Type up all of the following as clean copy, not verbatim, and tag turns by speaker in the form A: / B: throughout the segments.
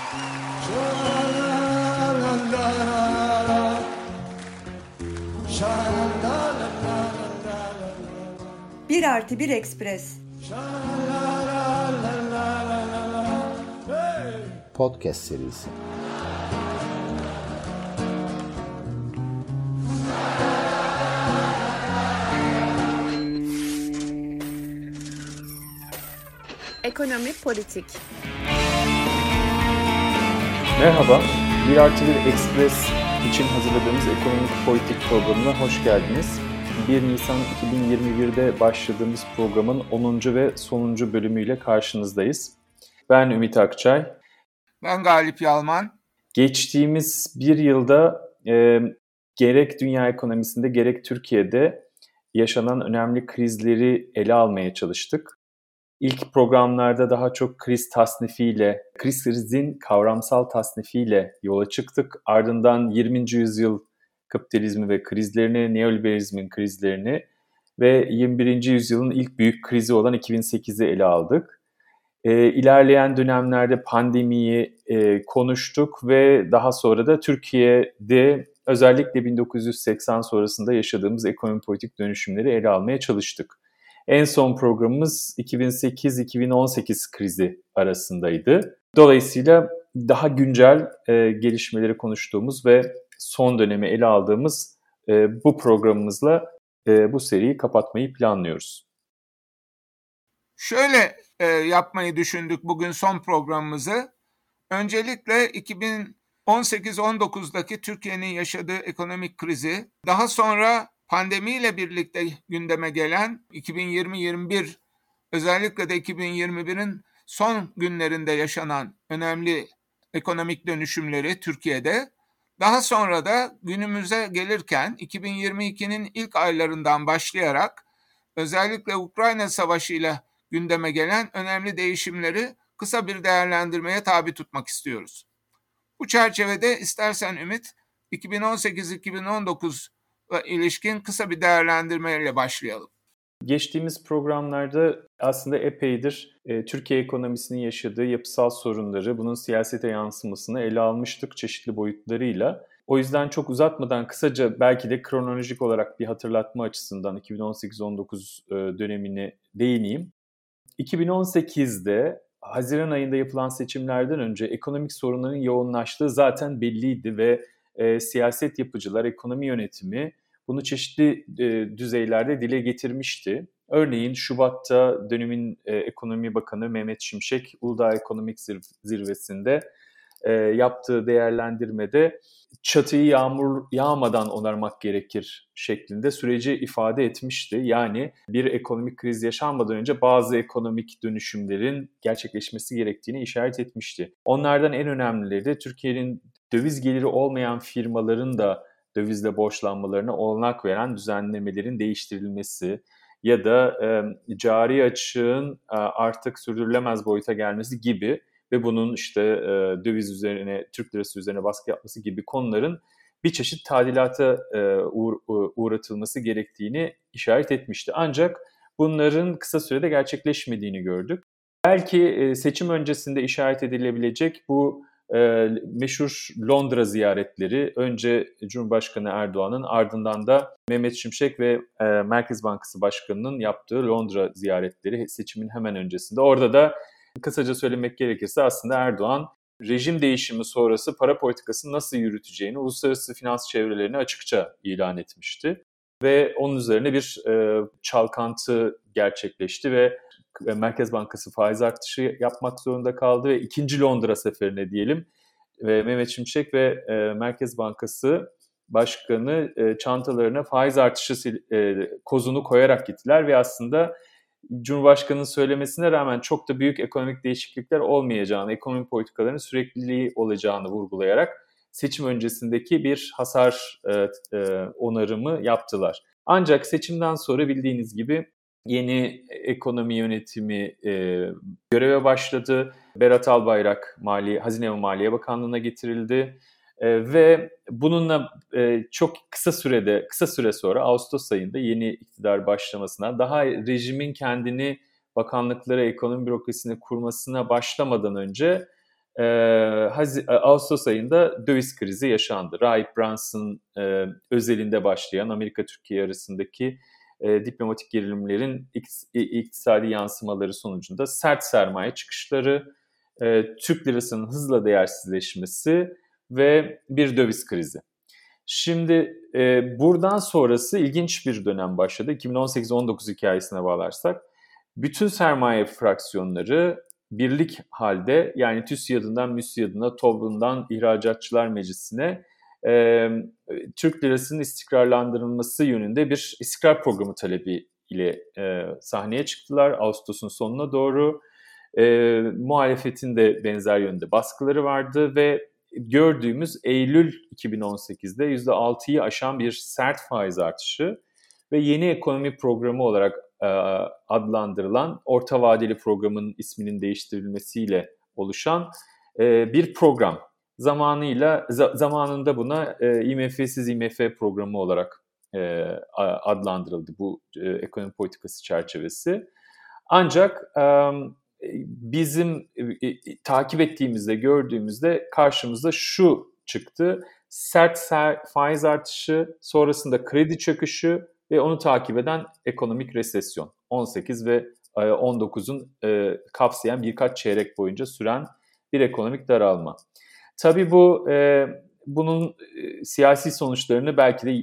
A: Bir artı bir Ekspres
B: Podcast serisi.
C: Ekonomi, politik.
D: Merhaba, Bir artı bir Ekspres için hazırladığımız ekonomik politik programına hoş geldiniz. 1 Nisan 2021'de başladığımız programın 10. ve sonuncu bölümüyle karşınızdayız. Ben Ümit Akçay.
E: Ben Galip Yalman.
D: Geçtiğimiz bir yılda gerek dünya ekonomisinde gerek Türkiye'de yaşanan önemli krizleri ele almaya çalıştık. İlk programlarda daha çok krizin kavramsal tasnifiyle yola çıktık. Ardından 20. yüzyıl kapitalizmi ve krizlerini, neoliberalizmin krizlerini ve 21. yüzyılın ilk büyük krizi olan 2008'i ele aldık. İlerleyen dönemlerde pandemiyi konuştuk ve daha sonra da Türkiye'de özellikle 1980 sonrasında yaşadığımız ekonomi politik dönüşümleri ele almaya çalıştık. En son programımız 2008-2018 krizi arasındaydı. Dolayısıyla daha güncel gelişmeleri konuştuğumuz ve son dönemi ele aldığımız bu programımızla bu seriyi kapatmayı planlıyoruz.
E: Şöyle yapmayı düşündük bugün son programımızı. Öncelikle 2018-19'daki Türkiye'nin yaşadığı ekonomik krizi, daha sonra pandemiyle birlikte gündeme gelen 2020-21, özellikle de 2021'in son günlerinde yaşanan önemli ekonomik dönüşümleri Türkiye'de, daha sonra da günümüze gelirken 2022'nin ilk aylarından başlayarak özellikle Ukrayna Savaşı ile gündeme gelen önemli değişimleri kısa bir değerlendirmeye tabi tutmak istiyoruz. Bu çerçevede istersen Ümit, 2018-2019'a ilişkin kısa bir değerlendirmeyle başlayalım.
D: Geçtiğimiz programlarda aslında epeydir Türkiye ekonomisinin yaşadığı yapısal sorunları, bunun siyasete yansımasını ele almıştık çeşitli boyutlarıyla. O yüzden çok uzatmadan kısaca belki de kronolojik olarak bir hatırlatma açısından 2018-19 dönemine değineyim. 2018'de Haziran ayında yapılan seçimlerden önce ekonomik sorunların yoğunlaştığı zaten belliydi ve siyaset yapıcılar, ekonomi yönetimi bunu çeşitli düzeylerde dile getirmişti. Örneğin Şubat'ta dönemin Ekonomi Bakanı Mehmet Şimşek Uludağ Ekonomik Zirvesi'nde yaptığı değerlendirmede çatıyı yağmur yağmadan onarmak gerekir şeklinde süreci ifade etmişti. Yani bir ekonomik kriz yaşanmadan önce bazı ekonomik dönüşümlerin gerçekleşmesi gerektiğini işaret etmişti. Onlardan en önemlileri de Türkiye'nin döviz geliri olmayan firmaların da dövizle borçlanmalarına olanak veren düzenlemelerin değiştirilmesi ya da cari açığın artık sürdürülemez boyuta gelmesi gibi ve bunun işte döviz üzerine, Türk lirası üzerine baskı yapması gibi konuların bir çeşit tadilata uğratılması gerektiğini işaret etmişti. Ancak bunların kısa sürede gerçekleşmediğini gördük. Belki seçim öncesinde işaret edilebilecek bu meşhur Londra ziyaretleri, önce Cumhurbaşkanı Erdoğan'ın ardından da Mehmet Şimşek ve Merkez Bankası Başkanı'nın yaptığı Londra ziyaretleri seçimin hemen öncesinde. Orada da kısaca söylemek gerekirse aslında Erdoğan rejim değişimi sonrası para politikasını nasıl yürüteceğini uluslararası finans çevrelerine açıkça ilan etmişti. Ve onun üzerine bir çalkantı gerçekleşti ve Merkez Bankası faiz artışı yapmak zorunda kaldı ve ikinci Londra seferine diyelim. Ve Mehmet Şimşek ve Merkez Bankası Başkanı çantalarına faiz artışı kozunu koyarak gittiler ve aslında Cumhurbaşkanı'nın söylemesine rağmen çok da büyük ekonomik değişiklikler olmayacağını, ekonomi politikalarının sürekliliği olacağını vurgulayarak seçim öncesindeki bir hasar onarımı yaptılar. Ancak seçimden sonra bildiğiniz gibi yeni ekonomi yönetimi göreve başladı. Berat Albayrak Hazine ve Maliye Bakanlığı'na getirildi. Ve bununla çok kısa süre sonra Ağustos ayında yeni iktidar başlamasına, daha rejimin kendini bakanlıklara, ekonomi bürokrasisine kurmasına başlamadan önce Ağustos ayında döviz krizi yaşandı. Rahip Brunson özelinde başlayan Amerika-Türkiye arasındaki diplomatik gerilimlerin iktisadi yansımaları sonucunda sert sermaye çıkışları, Türk lirasının hızla değersizleşmesi ve bir döviz krizi. Şimdi buradan sonrası ilginç bir dönem başladı. 2018-19 hikayesine bağlarsak, bütün sermaye fraksiyonları birlik halde, yani TÜSİAD'ından MÜSİAD'ına, TOB'undan İhracatçılar Meclisi'ne Türk lirasının istikrarlandırılması yönünde bir istikrar programı talebi ile sahneye çıktılar Ağustos'un sonuna doğru. Muhalefetin de benzer yönde baskıları vardı ve gördüğümüz Eylül 2018'de %6'yı aşan bir sert faiz artışı ve yeni ekonomi programı olarak adlandırılan orta vadeli programın isminin değiştirilmesiyle oluşan bir program. Zamanında buna IMF'siz IMF programı olarak adlandırıldı bu ekonomi politikası çerçevesi. Ancak bizim takip ettiğimizde, gördüğümüzde karşımıza şu çıktı: sert faiz artışı, sonrasında kredi çöküşü ve onu takip eden ekonomik resesyon. 18 ve 19'un kapsayan birkaç çeyrek boyunca süren bir ekonomik daralma. Tabii bunun siyasi sonuçlarını belki de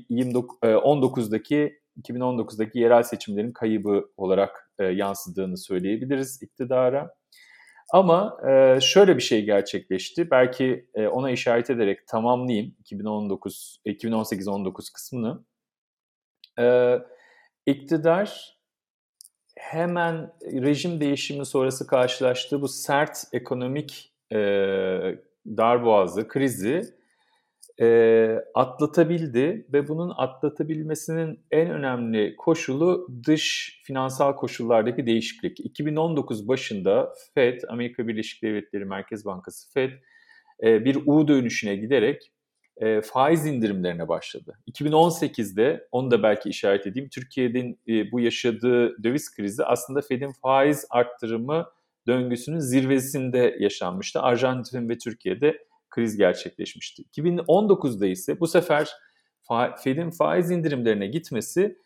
D: 2019'daki yerel seçimlerin kaybı olarak yansıdığını söyleyebiliriz iktidara. Ama şöyle bir şey gerçekleşti. Belki ona işaret ederek tamamlayayım 2018-19 kısmını. İktidar hemen rejim değişimi sonrası karşılaştığı bu sert ekonomik darboğazı, krizi atlatabildi ve bunun atlatabilmesinin en önemli koşulu dış finansal koşullardaki değişiklik. 2019 başında FED, Amerika Birleşik Devletleri Merkez Bankası FED bir U dönüşüne giderek faiz indirimlerine başladı. 2018'de, onu da belki işaret edeyim, Türkiye'nin bu yaşadığı döviz krizi aslında FED'in faiz arttırımı döngüsünün zirvesinde yaşanmıştı. Arjantin ve Türkiye'de kriz gerçekleşmişti. 2019'da ise bu sefer FED'in faiz indirimlerine gitmesi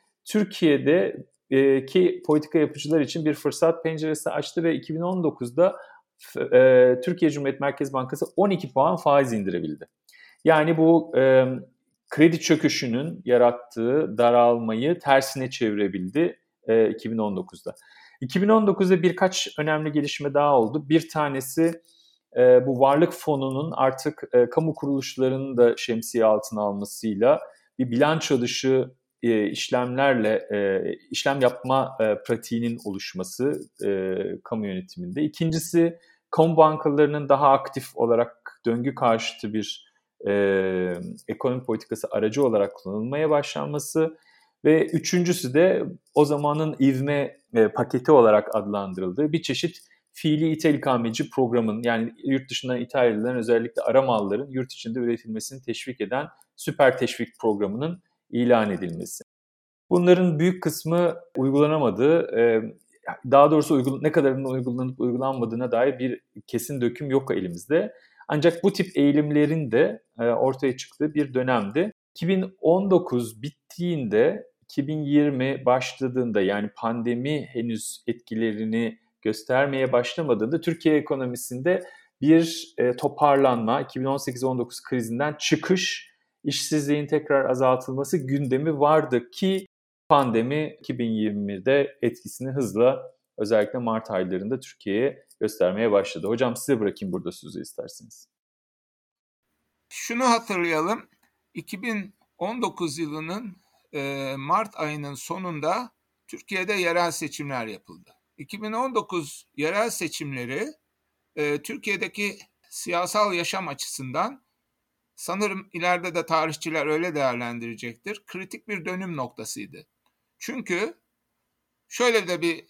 D: Türkiye'deki politika yapıcılar için bir fırsat penceresi açtı ve 2019'da Türkiye Cumhuriyet Merkez Bankası 12 puan faiz indirebildi. Yani bu kredi çöküşünün yarattığı daralmayı tersine çevirebildi 2019'da. 2019'da birkaç önemli gelişme daha oldu. Bir tanesi bu varlık fonunun artık kamu kuruluşlarının da şemsiye altına almasıyla bir bilanço dışı işlemlerle işlem yapma pratiğinin oluşması kamu yönetiminde. İkincisi, kamu bankalarının daha aktif olarak döngü karşıtı bir ekonomi politikası aracı olarak kullanılmaya başlanması ve üçüncüsü de o zamanın ivme paketi olarak adlandırıldığı bir çeşit fiili ithal ikameci programın, yani yurt dışından ithal edilen özellikle ara malların yurt içinde üretilmesini teşvik eden süper teşvik programının ilan edilmesi. Bunların büyük kısmı uygulanamadı. Daha doğrusu ne kadarının uygulanıp uygulanmadığına dair bir kesin döküm yok elimizde. Ancak bu tip eğilimlerin de ortaya çıktığı bir dönemdi. 2019 bittiğinde, 2020 başladığında, yani pandemi henüz etkilerini göstermeye başlamadığında Türkiye ekonomisinde bir toparlanma, 2018-19 krizinden çıkış, işsizliğin tekrar azaltılması gündemi vardı ki pandemi 2020'de etkisini hızla özellikle Mart aylarında Türkiye'ye göstermeye başladı. Hocam size bırakayım burada sözü isterseniz.
E: Şunu hatırlayalım, 2019 yılının Mart ayının sonunda Türkiye'de yerel seçimler yapıldı. 2019 yerel seçimleri Türkiye'deki siyasal yaşam açısından, sanırım ileride de tarihçiler öyle değerlendirecektir, kritik bir dönüm noktasıydı. Çünkü şöyle de bir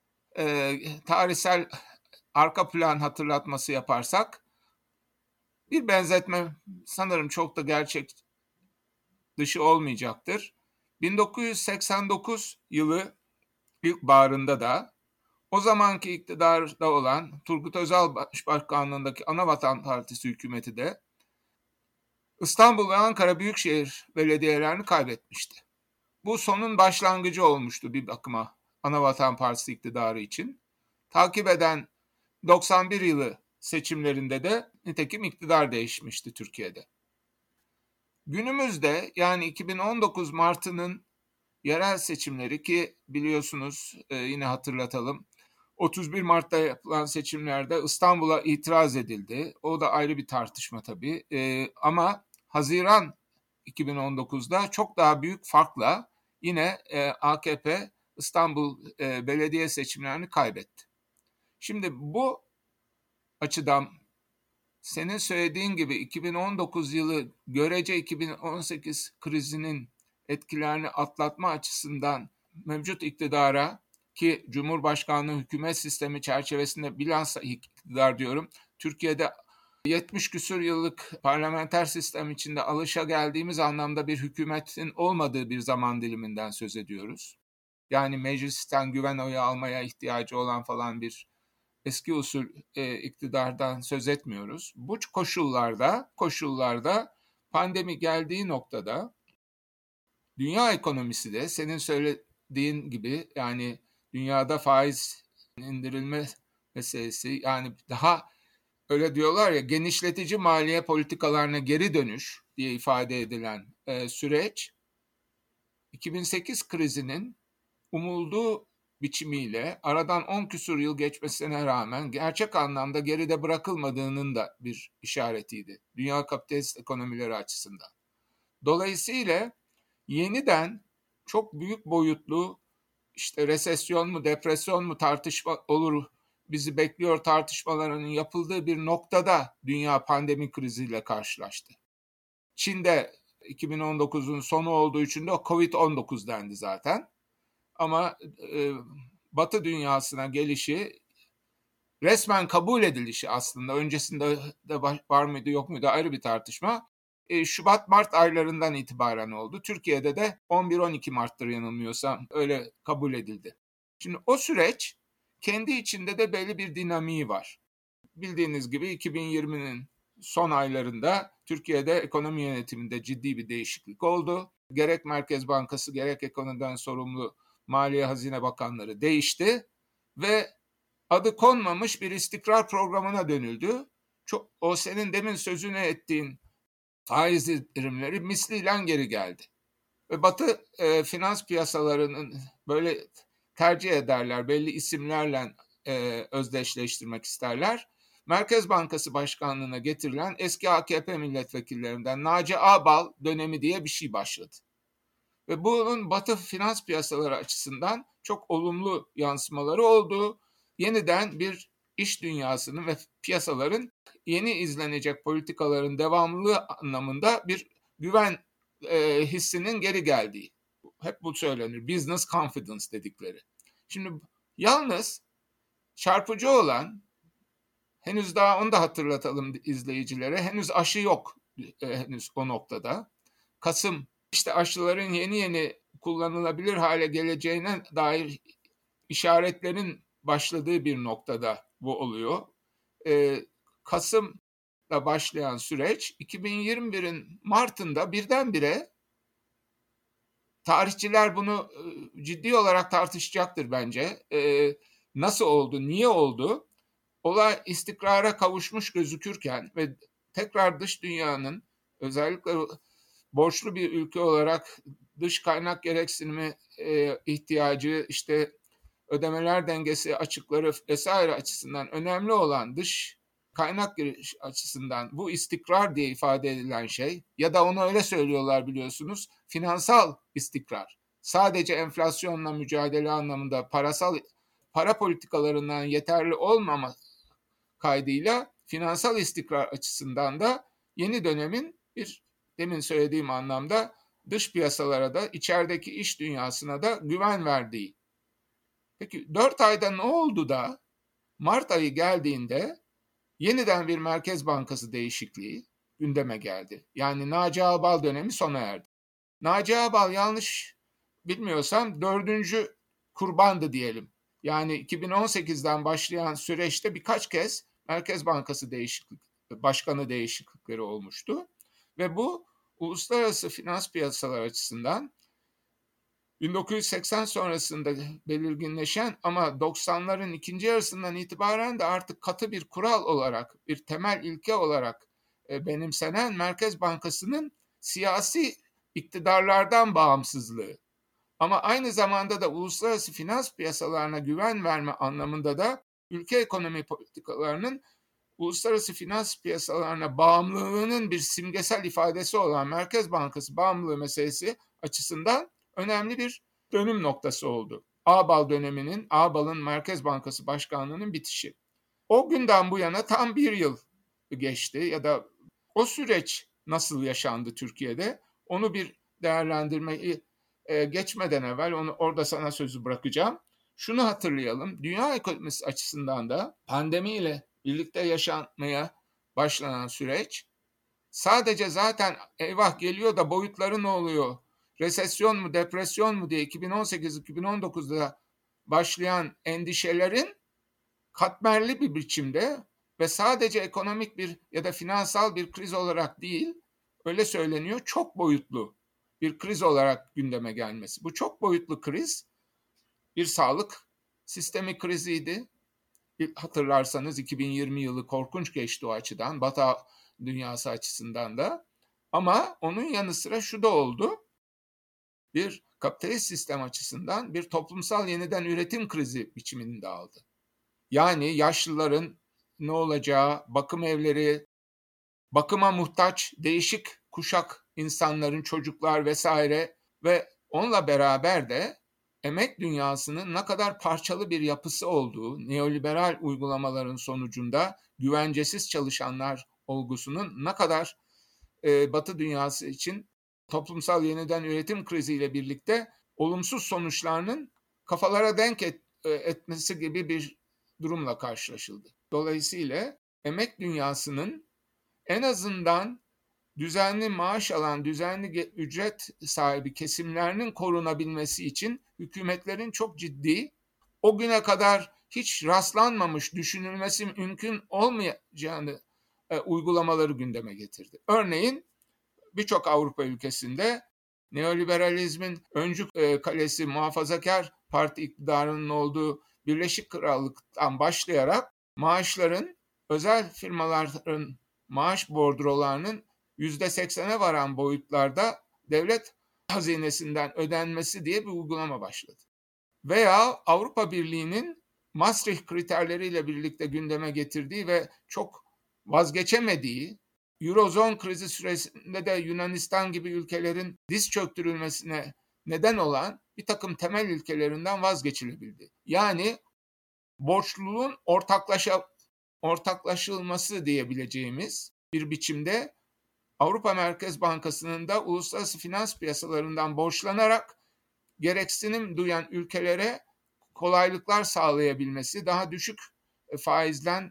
E: tarihsel arka plan hatırlatması yaparsak, bir benzetme sanırım çok da gerçek dışı olmayacaktır. 1989 yılı ilkbaharında da O zamanki iktidarda olan Turgut Özal Başbakanlığındaki Anavatan Partisi hükümeti de İstanbul ve Ankara Büyükşehir belediyelerini kaybetmişti. Bu sonun başlangıcı olmuştu bir bakıma Anavatan Partisi iktidarı için. Takip eden 91 yılı seçimlerinde de nitekim iktidar değişmişti Türkiye'de. Günümüzde yani 2019 Mart'ının yerel seçimleri ki biliyorsunuz yine hatırlatalım. 31 Mart'ta yapılan seçimlerde İstanbul'a itiraz edildi. O da ayrı bir tartışma tabii. Ama Haziran 2019'da çok daha büyük farkla yine AKP İstanbul belediye seçimlerini kaybetti. Şimdi bu açıdan senin söylediğin gibi 2019 yılı görece 2018 krizinin etkilerini atlatma açısından mevcut iktidara ki Cumhurbaşkanlığı hükümet sistemi çerçevesinde bilhassa iktidar diyorum. Türkiye'de 70 küsur yıllık parlamenter sistem içinde alışageldiğimiz anlamda bir hükümetin olmadığı bir zaman diliminden söz ediyoruz. Yani meclisten güven oyu almaya ihtiyacı olan falan bir eski usul iktidardan söz etmiyoruz. Bu koşullarda pandemi geldiği noktada dünya ekonomisi de senin söylediğin gibi yani dünyada faiz indirilme meselesi yani daha öyle diyorlar ya genişletici maliye politikalarına geri dönüş diye ifade edilen süreç 2008 krizinin umulduğu biçimiyle aradan 10 küsur yıl geçmesine rağmen gerçek anlamda geride bırakılmadığının da bir işaretiydi. Dünya kapitalist ekonomileri açısından. Dolayısıyla yeniden çok büyük boyutlu işte resesyon mu depresyon mu tartışma olur bizi bekliyor tartışmalarının yapıldığı bir noktada dünya pandemi kriziyle karşılaştı. Çin'de 2019'un sonu olduğu için de Covid-19 dendi zaten. Ama Batı dünyasına gelişi resmen kabul edilişi aslında öncesinde de var mıydı yok muydu ayrı bir tartışma. Şubat-Mart aylarından itibaren oldu. Türkiye'de de 11-12 Mart'tır yanılmıyorsam öyle kabul edildi. Şimdi o süreç kendi içinde de belli bir dinamiği var. Bildiğiniz gibi 2020'nin son aylarında Türkiye'de ekonomi yönetiminde ciddi bir değişiklik oldu. Gerek Merkez Bankası gerek ekonomiden sorumlu Maliye Hazine Bakanları değişti ve adı konmamış bir istikrar programına dönüldü. O senin demin sözünü ettiğin faiz indirimleri misliyle geri geldi. Ve Batı finans piyasalarının böyle tercih ederler, belli isimlerle özdeşleştirmek isterler. Merkez Bankası Başkanlığı'na getirilen eski AKP milletvekillerinden Naci Ağbal dönemi diye bir şey başladı. Ve bunun Batı finans piyasaları açısından çok olumlu yansımaları oldu. Yeniden bir iş dünyasının ve piyasaların yeni izlenecek politikaların devamlılığı anlamında bir güven hissinin geri geldiği. Hep bu söylenir. Business confidence dedikleri. Şimdi yalnız çarpıcı olan henüz daha onu da hatırlatalım izleyicilere. Henüz aşı yok henüz o noktada. Kasım işte aşıların yeni kullanılabilir hale geleceğine dair işaretlerin başladığı bir noktada bu oluyor. Kasım'da başlayan süreç 2021'in Mart'ında birdenbire tarihçiler bunu ciddi olarak tartışacaktır bence. Nasıl oldu, niye oldu? Olay istikrara kavuşmuş gözükürken ve tekrar dış dünyanın özellikle borçlu bir ülke olarak dış kaynak gereksinimi ihtiyacı işte ödemeler dengesi açıkları vesaire açısından önemli olan dış kaynak giriş açısından bu istikrar diye ifade edilen şey ya da onu öyle söylüyorlar biliyorsunuz finansal istikrar. Sadece enflasyonla mücadele anlamında para politikalarından yeterli olmama kaydıyla finansal istikrar açısından da yeni dönemin bir demin söylediğim anlamda dış piyasalara da içerideki iş dünyasına da güven verdiği. Peki 4 ayda ne oldu da Mart ayı geldiğinde yeniden bir Merkez Bankası değişikliği gündeme geldi. Yani Naci Ağbal dönemi sona erdi. Naci Ağbal yanlış bilmiyorsam 4. kurbandı diyelim. Yani 2018'den başlayan süreçte birkaç kez Merkez Bankası başkanı değişiklikleri olmuştu. Ve bu uluslararası finans piyasaları açısından 1980 sonrasında belirginleşen ama 90'ların ikinci yarısından itibaren de artık katı bir kural olarak, bir temel ilke olarak benimsenen Merkez Bankası'nın siyasi iktidarlardan bağımsızlığı. Ama aynı zamanda da uluslararası finans piyasalarına güven verme anlamında da ülke ekonomi politikalarının uluslararası finans piyasalarına bağımlılığının bir simgesel ifadesi olan Merkez Bankası bağımlılığı meselesi açısından önemli bir dönüm noktası oldu. Ağbal döneminin, Ağbal'ın Merkez Bankası başkanlığının bitişi. O günden bu yana tam bir yıl geçti ya da o süreç nasıl yaşandı Türkiye'de onu bir değerlendirmeyi geçmeden evvel onu orada sana sözü bırakacağım. Şunu hatırlayalım, dünya ekonomisi açısından da pandemiyle birlikte yaşanmaya başlanan süreç sadece zaten eyvah geliyor da boyutları ne oluyor, resesyon mu depresyon mu diye 2018-2019'da başlayan endişelerin katmerli bir biçimde ve sadece ekonomik bir ya da finansal bir kriz olarak değil, öyle söyleniyor, çok boyutlu bir kriz olarak gündeme gelmesi. Bu çok boyutlu kriz bir sağlık sistemi kriziydi. Hatırlarsanız 2020 yılı korkunç geçti o açıdan, Batı dünyası açısından da. Ama onun yanı sıra şu da oldu. Bir kapitalist sistem açısından bir toplumsal yeniden üretim krizi biçimini de aldı. Yani yaşlıların ne olacağı, bakım evleri, bakıma muhtaç değişik kuşak insanların, çocuklar vesaire ve onunla beraber de emek dünyasının ne kadar parçalı bir yapısı olduğu, neoliberal uygulamaların sonucunda güvencesiz çalışanlar olgusunun ne kadar Batı dünyası için toplumsal yeniden üretim kriziyle birlikte olumsuz sonuçlarının kafalara denk etmesi gibi bir durumla karşılaşıldı. Dolayısıyla emek dünyasının en azından düzenli maaş alan, düzenli ücret sahibi kesimlerinin korunabilmesi için hükümetlerin çok ciddi, o güne kadar hiç rastlanmamış, düşünülmesi mümkün olmayacağını uygulamaları gündeme getirdi. Örneğin birçok Avrupa ülkesinde neoliberalizmin öncü kalesi muhafazakar parti iktidarının olduğu Birleşik Krallık'tan başlayarak maaşların, özel firmaların maaş bordrolarının %80'e varan boyutlarda devlet hazinesinden ödenmesi diye bir uygulama başladı. Veya Avrupa Birliği'nin Maastricht kriterleriyle birlikte gündeme getirdiği ve çok vazgeçemediği, Eurozone krizi süresinde de Yunanistan gibi ülkelerin diz çöktürülmesine neden olan bir takım temel ilkelerinden vazgeçilebildi. Yani borçluluğun ortaklaşılması diyebileceğimiz bir biçimde Avrupa Merkez Bankası'nın da uluslararası finans piyasalarından borçlanarak gereksinim duyan ülkelere kolaylıklar sağlayabilmesi, daha düşük faizden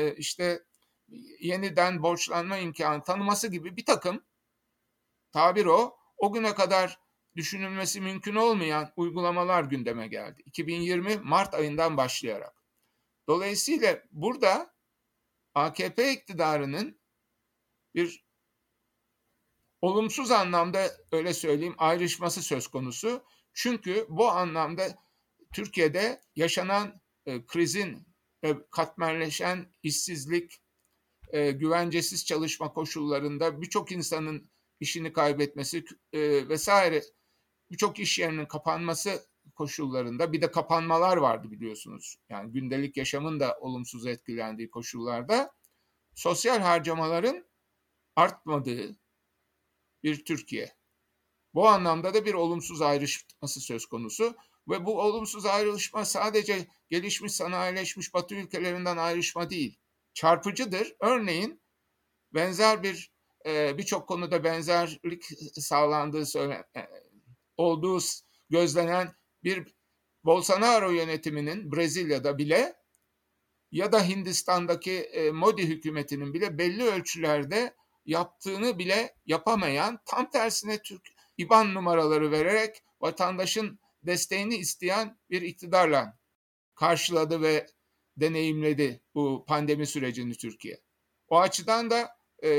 E: yeniden borçlanma imkanı tanıması gibi bir takım, tabir o güne kadar düşünülmesi mümkün olmayan uygulamalar gündeme geldi. 2020 Mart ayından başlayarak. Dolayısıyla burada AKP iktidarının bir olumsuz anlamda, öyle söyleyeyim, ayrışması söz konusu. Çünkü bu anlamda Türkiye'de yaşanan krizin, katmerleşen işsizlik, güvencesiz çalışma koşullarında birçok insanın işini kaybetmesi vesaire, birçok iş yerinin kapanması koşullarında, bir de kapanmalar vardı biliyorsunuz. Yani gündelik yaşamın da olumsuz etkilendiği koşullarda sosyal harcamaların artmadığı bir Türkiye. Bu anlamda da bir olumsuz ayrışması söz konusu ve bu olumsuz ayrışma sadece gelişmiş, sanayileşmiş Batı ülkelerinden ayrışma değil. Çarpıcıdır. Örneğin benzer birçok konuda benzerlik sağlandığı olduğu gözlenen bir Bolsonaro yönetiminin Brezilya'da bile ya da Hindistan'daki Modi hükümetinin bile belli ölçülerde yaptığını bile yapamayan, tam tersine Türk IBAN numaraları vererek vatandaşın desteğini isteyen bir iktidarla karşıladı ve deneyimledi bu pandemi sürecini Türkiye. O açıdan da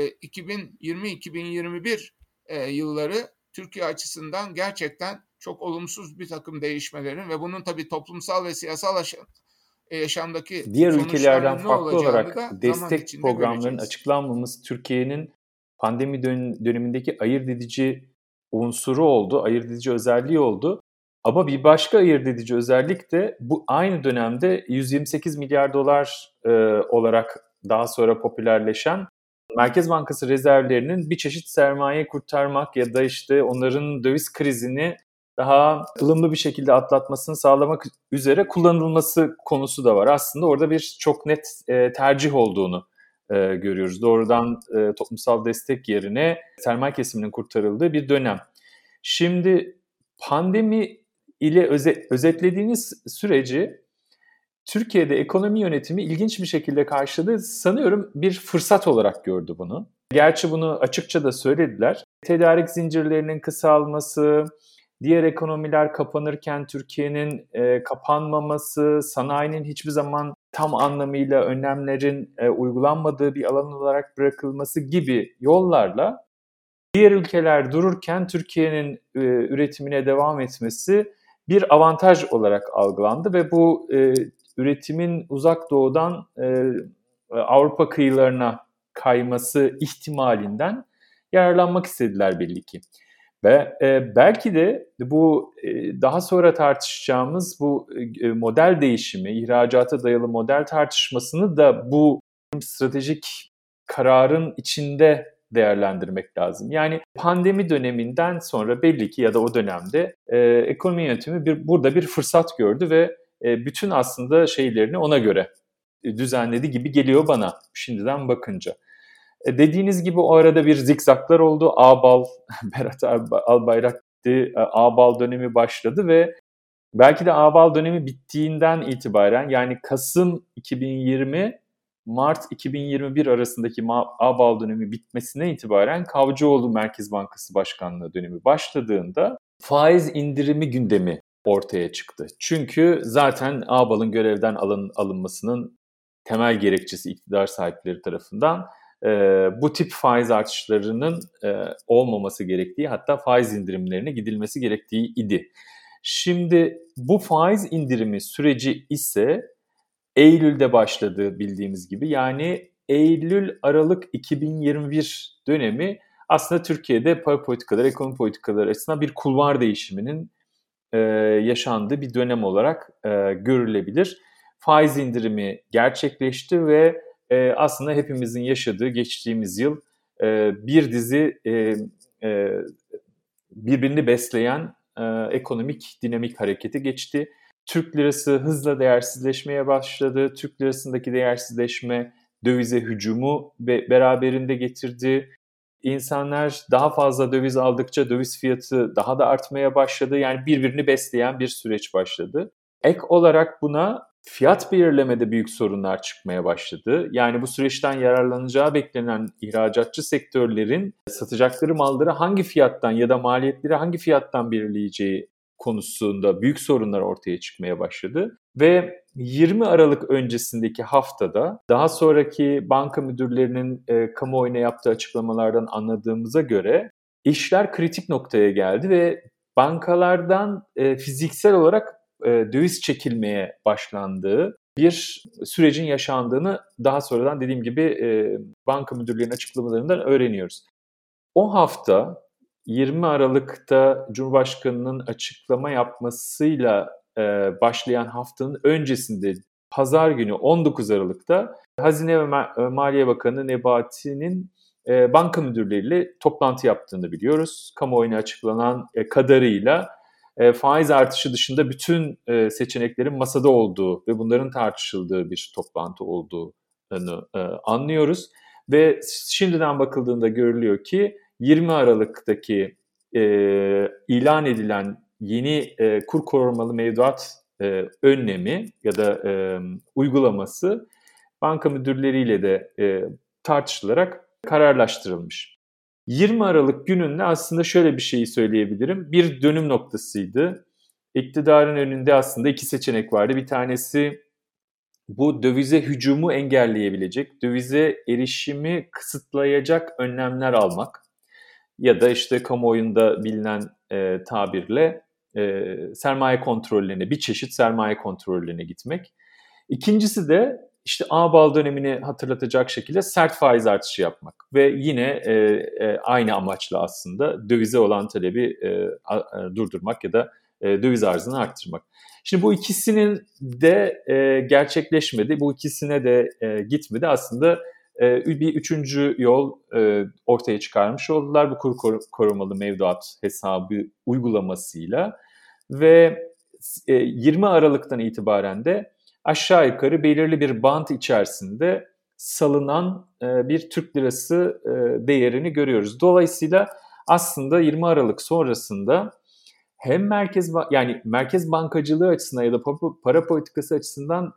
E: 2020-2021 yılları Türkiye açısından gerçekten çok olumsuz bir takım değişmelerin ve bunun tabii toplumsal ve siyasal yaşamdaki
D: diğer ülkelerden
E: sonuçlarının ne
D: farklı
E: olacağını
D: olarak
E: da zaman
D: destek
E: içinde
D: programlarının
E: göreceğiz.
D: açıklanmaması Türkiye'nin pandemi dönemindeki ayırt edici unsuru oldu, ayırt edici özelliği oldu. Ama bir başka ayırt edici özellik de bu aynı dönemde 128 milyar dolar olarak daha sonra popülerleşen Merkez Bankası rezervlerinin bir çeşit sermaye kurtarmak ya da işte onların döviz krizini daha ılımlı bir şekilde atlatmasını sağlamak üzere kullanılması konusu da var. Aslında orada bir çok net tercih olduğunu görüyoruz. Doğrudan toplumsal destek yerine sermaye kesiminin kurtarıldığı bir dönem. Şimdi pandemi ile özetlediğiniz süreci Türkiye'de ekonomi yönetimi ilginç bir şekilde karşıladı. Sanıyorum bir fırsat olarak gördü bunu. Gerçi bunu açıkça da söylediler. Tedarik zincirlerinin kısalması, diğer ekonomiler kapanırken Türkiye'nin kapanmaması, sanayinin hiçbir zaman tam anlamıyla önlemlerin uygulanmadığı bir alan olarak bırakılması gibi yollarla diğer ülkeler dururken Türkiye'nin üretimine devam etmesi bir avantaj olarak algılandı ve bu üretimin uzak doğudan Avrupa kıyılarına kayması ihtimalinden yararlanmak istediler belli ki. Ve belki de bu daha sonra tartışacağımız bu model değişimi, ihracata dayalı model tartışmasını da bu stratejik kararın içinde değerlendirmek lazım. Yani pandemi döneminden sonra belli ki ya da o dönemde ekonomi yönetimi burada bir fırsat gördü ve bütün aslında şeylerini ona göre düzenledi gibi geliyor bana şimdiden bakınca. Dediğiniz gibi o arada bir zikzaklar oldu. Ağbal, Berat Albayrak gitti, Ağbal dönemi başladı ve belki de Ağbal dönemi bittiğinden itibaren yani Kasım 2020 Mart 2021 arasındaki Ağbal dönemi bitmesine itibaren Kavcıoğlu Merkez Bankası Başkanlığı dönemi başladığında faiz indirimi gündemi ortaya çıktı. Çünkü zaten Ağbal'ın görevden alınmasının temel gerekçesi iktidar sahipleri tarafından bu tip faiz artışlarının olmaması gerektiği, hatta faiz indirimlerine gidilmesi gerektiği idi. Şimdi bu faiz indirimi süreci ise Eylül'de başladı bildiğimiz gibi. Yani Eylül-Aralık 2021 dönemi aslında Türkiye'de para politikaları, ekonomi politikaları açısından bir kulvar değişiminin yaşandığı bir dönem olarak görülebilir. Faiz indirimi gerçekleşti ve aslında hepimizin yaşadığı geçtiğimiz yıl bir dizi birbirini besleyen ekonomik dinamik hareketi geçti. Türk lirası hızla değersizleşmeye başladı. Türk lirasındaki değersizleşme dövize hücumu beraberinde getirdi. İnsanlar daha fazla döviz aldıkça döviz fiyatı daha da artmaya başladı. Yani birbirini besleyen bir süreç başladı. Ek olarak buna fiyat belirlemede büyük sorunlar çıkmaya başladı. Yani bu süreçten yararlanacağı beklenen ihracatçı sektörlerin satacakları malları hangi fiyattan ya da maliyetleri hangi fiyattan belirleyeceği konusunda büyük sorunlar ortaya çıkmaya başladı. Ve 20 Aralık öncesindeki haftada daha sonraki banka müdürlerinin kamuoyuna yaptığı açıklamalardan anladığımıza göre işler kritik noktaya geldi ve bankalardan fiziksel olarak döviz çekilmeye başlandığı bir sürecin yaşandığını daha sonradan dediğim gibi banka müdürlerinin açıklamalarından öğreniyoruz. O hafta 20 Aralık'ta Cumhurbaşkanı'nın açıklama yapmasıyla başlayan haftanın öncesinde Pazar günü 19 Aralık'ta Hazine ve Maliye Bakanı Nebati'nin banka müdürleriyle toplantı yaptığını biliyoruz. Kamuoyuna açıklanan kadarıyla faiz artışı dışında bütün seçeneklerin masada olduğu ve bunların tartışıldığı bir toplantı olduğunu anlıyoruz. Ve şimdiden bakıldığında görülüyor ki 20 Aralık'taki ilan edilen yeni kur korumalı mevduat önlemi ya da uygulaması banka müdürleriyle de tartışılarak kararlaştırılmış. 20 Aralık gününde aslında şöyle bir şeyi söyleyebilirim. Bir dönüm noktasıydı. İktidarın önünde aslında iki seçenek vardı. Bir tanesi bu dövize hücumu engelleyebilecek, dövize erişimi kısıtlayacak önlemler almak ya da işte kamuoyunda bilinen tabirle sermaye kontrollerine, bir çeşit sermaye kontrollerine gitmek. İkincisi de işte Ağbal dönemini hatırlatacak şekilde sert faiz artışı yapmak ve yine aynı amaçla aslında dövize olan talebi durdurmak ya da döviz arzını arttırmak. Şimdi bu ikisinin de gerçekleşmedi, bu ikisine de gitmedi. Aslında bir üçüncü yol ortaya çıkarmış oldular bu kur korumalı mevduat hesabı uygulamasıyla ve 20 Aralık'tan itibaren de aşağı yukarı belirli bir bant içerisinde salınan bir Türk lirası değerini görüyoruz. Dolayısıyla aslında 20 Aralık sonrasında hem merkez bankacılığı açısından ya da para politikası açısından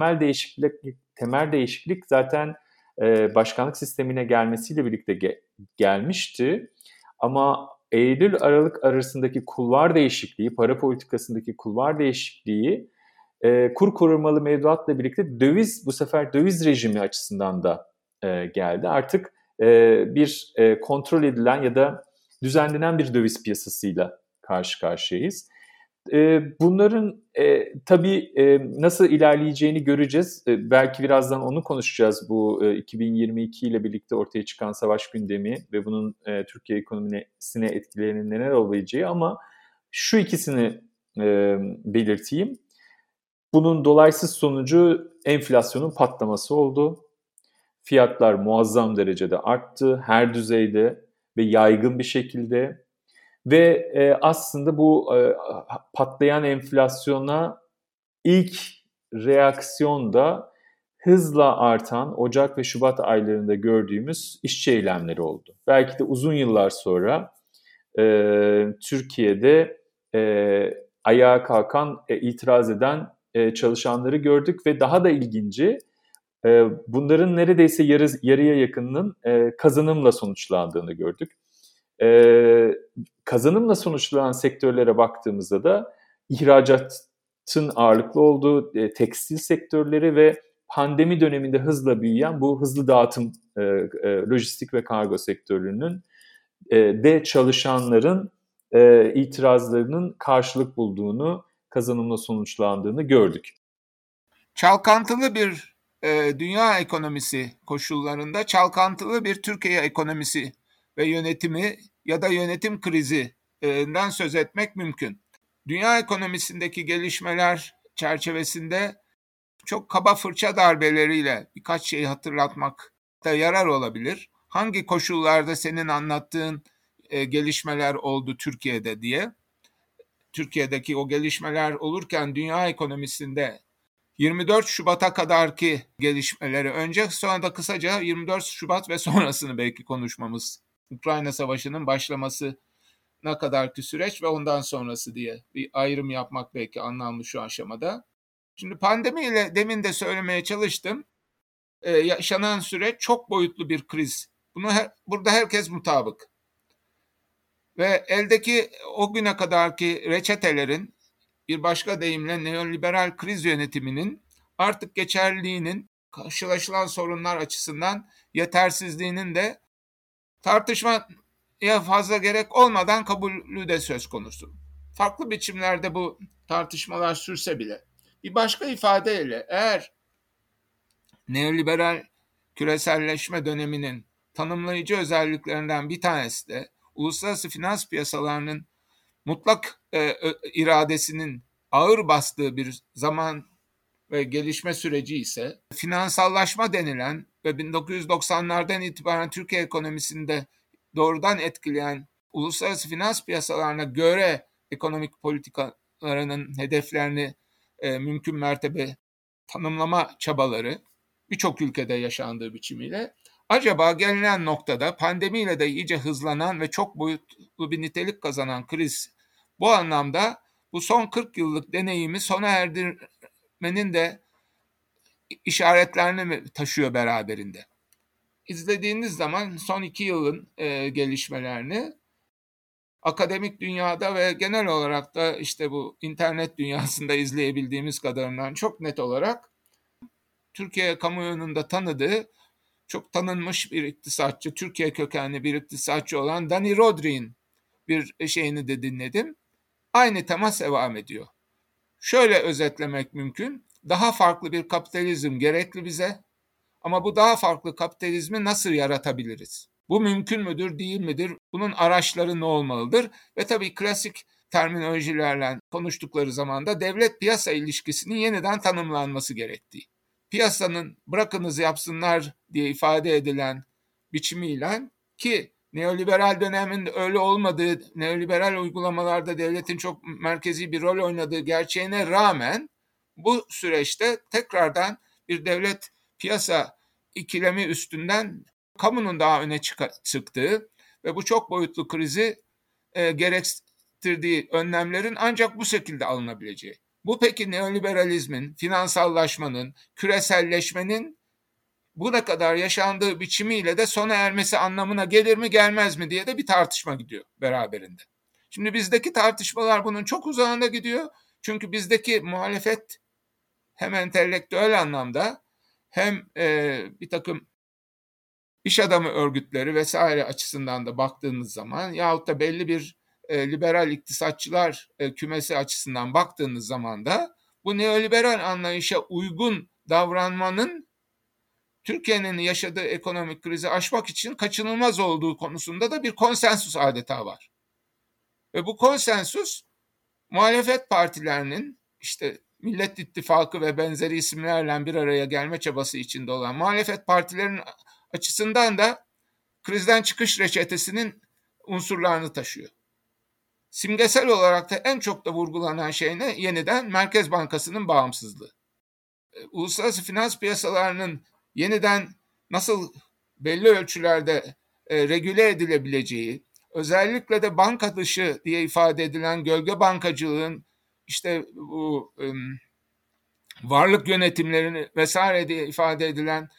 D: temel değişiklik zaten başkanlık sistemine gelmesiyle birlikte gelmişti. Ama Eylül-Aralık arasındaki kulvar değişikliği, para politikasındaki kulvar değişikliği kur korumalı mevduatla birlikte bu sefer döviz rejimi açısından da geldi. Artık bir kontrol edilen ya da düzenlenen bir döviz piyasasıyla karşı karşıyayız. Bunların tabii nasıl ilerleyeceğini göreceğiz. Belki birazdan onu konuşacağız, bu 2022 ile birlikte ortaya çıkan savaş gündemi ve bunun Türkiye ekonomisine etkilerinin neler olabileceği, ama şu ikisini belirteyim. Bunun dolaysız sonucu enflasyonun patlaması oldu. Fiyatlar muazzam derecede arttı, her düzeyde ve yaygın bir şekilde. Ve aslında bu patlayan enflasyona ilk reaksiyon da hızla artan Ocak ve Şubat aylarında gördüğümüz işçi eylemleri oldu. Belki de uzun yıllar sonra Türkiye'de ayağa kalkan, itiraz eden çalışanları gördük ve daha da ilginci, bunların neredeyse yarıya yakınının kazanımla sonuçlandığını gördük. Kazanımla sonuçlanan sektörlere baktığımızda da ihracatın ağırlıklı olduğu tekstil sektörleri ve pandemi döneminde hızla büyüyen bu hızlı dağıtım, lojistik ve kargo sektörünün de çalışanların itirazlarının karşılık bulduğunu, kazanımla sonuçlandığını gördük.
E: Çalkantılı bir dünya ekonomisi koşullarında çalkantılı bir Türkiye ekonomisi ve yönetimi ya da yönetim krizinden söz etmek mümkün. Dünya ekonomisindeki gelişmeler çerçevesinde çok kaba fırça darbeleriyle birkaç şeyi hatırlatmakta yarar olabilir. Hangi koşullarda senin anlattığın gelişmeler oldu Türkiye'de diye. Türkiye'deki o gelişmeler olurken dünya ekonomisinde 24 Şubat'a kadarki gelişmeleri önce, sonra da kısaca 24 Şubat ve sonrasını belki konuşmamız. Ukrayna Savaşı'nın başlamasına kadarki süreç ve ondan sonrası diye bir ayrım yapmak belki anlamlı şu aşamada. Şimdi pandemiyle demin de söylemeye çalıştım. Yaşanan süreç çok boyutlu bir kriz. Burada herkes mutabık. Ve eldeki o güne kadarki reçetelerin, bir başka deyimle neoliberal kriz yönetiminin artık geçerliliğinin, karşılaşılan sorunlar açısından yetersizliğinin de tartışmaya fazla gerek olmadan kabulü de söz konusu. Farklı biçimlerde bu tartışmalar sürse bile. Bir başka ifadeyle, eğer neoliberal küreselleşme döneminin tanımlayıcı özelliklerinden bir tanesi de uluslararası finans piyasalarının mutlak iradesinin ağır bastığı bir zaman ve gelişme süreci ise, finansallaşma denilen ve 1990'lardan itibaren Türkiye ekonomisinde doğrudan etkileyen uluslararası finans piyasalarına göre ekonomik politikalarının hedeflerini mümkün mertebe tanımlama çabaları birçok ülkede yaşandığı biçimiyle, acaba gelinen noktada pandemiyle de iyice hızlanan ve çok boyutlu bir nitelik kazanan kriz bu anlamda bu son 40 yıllık deneyimi sona erdirmenin de işaretlerini mi taşıyor beraberinde? İzlediğiniz zaman son 2 yılın gelişmelerini, akademik dünyada ve genel olarak da işte bu internet dünyasında izleyebildiğimiz kadarından çok net olarak Türkiye kamuoyunun da tanıdığı çok tanınmış bir iktisatçı, Türkiye kökenli bir iktisatçı olan Dani Rodrik'in bir şeyini de dinledim. Aynı temas devam ediyor. Şöyle özetlemek mümkün. Daha farklı bir kapitalizm gerekli bize. Ama bu daha farklı kapitalizmi nasıl yaratabiliriz? Bu mümkün müdür, değil midir? Bunun araçları ne olmalıdır? Ve tabii klasik terminolojilerle konuştukları zaman da devlet-piyasa ilişkisinin yeniden tanımlanması gerektiği. Piyasanın bırakınız yapsınlar diye ifade edilen biçimiyle, ki neoliberal dönemin öyle olmadığı, neoliberal uygulamalarda devletin çok merkezi bir rol oynadığı gerçeğine rağmen bu süreçte tekrardan bir devlet piyasa ikilemi üstünden kamunun daha öne çıktığı ve bu çok boyutlu krizi gerektirdiği önlemlerin ancak bu şekilde alınabileceği. Bu peki neoliberalizmin, finansallaşmanın, küreselleşmenin buna kadar yaşandığı biçimiyle de sona ermesi anlamına gelir mi gelmez mi diye de bir tartışma gidiyor beraberinde. Şimdi bizdeki tartışmalar bunun çok uzağında gidiyor. Çünkü bizdeki muhalefet hem entelektüel anlamda hem bir takım iş adamı örgütleri vesaire açısından da baktığınız zaman yahut da belli bir liberal iktisatçılar kümesi açısından baktığınız zaman da bu neoliberal anlayışa uygun davranmanın Türkiye'nin yaşadığı ekonomik krizi aşmak için kaçınılmaz olduğu konusunda da bir konsensus adeta var. Ve bu konsensus muhalefet partilerinin işte Millet İttifakı ve benzeri isimlerle bir araya gelme çabası içinde olan muhalefet partilerinin açısından da krizden çıkış reçetesinin unsurlarını taşıyor. Simgesel olarak da en çok da vurgulanan şey ne? Yeniden Merkez Bankası'nın bağımsızlığı. Uluslararası finans piyasalarının yeniden nasıl belli ölçülerde regüle edilebileceği, özellikle de banka dışı diye ifade edilen gölge bankacılığın işte bu varlık yönetimlerini vesaire diye ifade edilen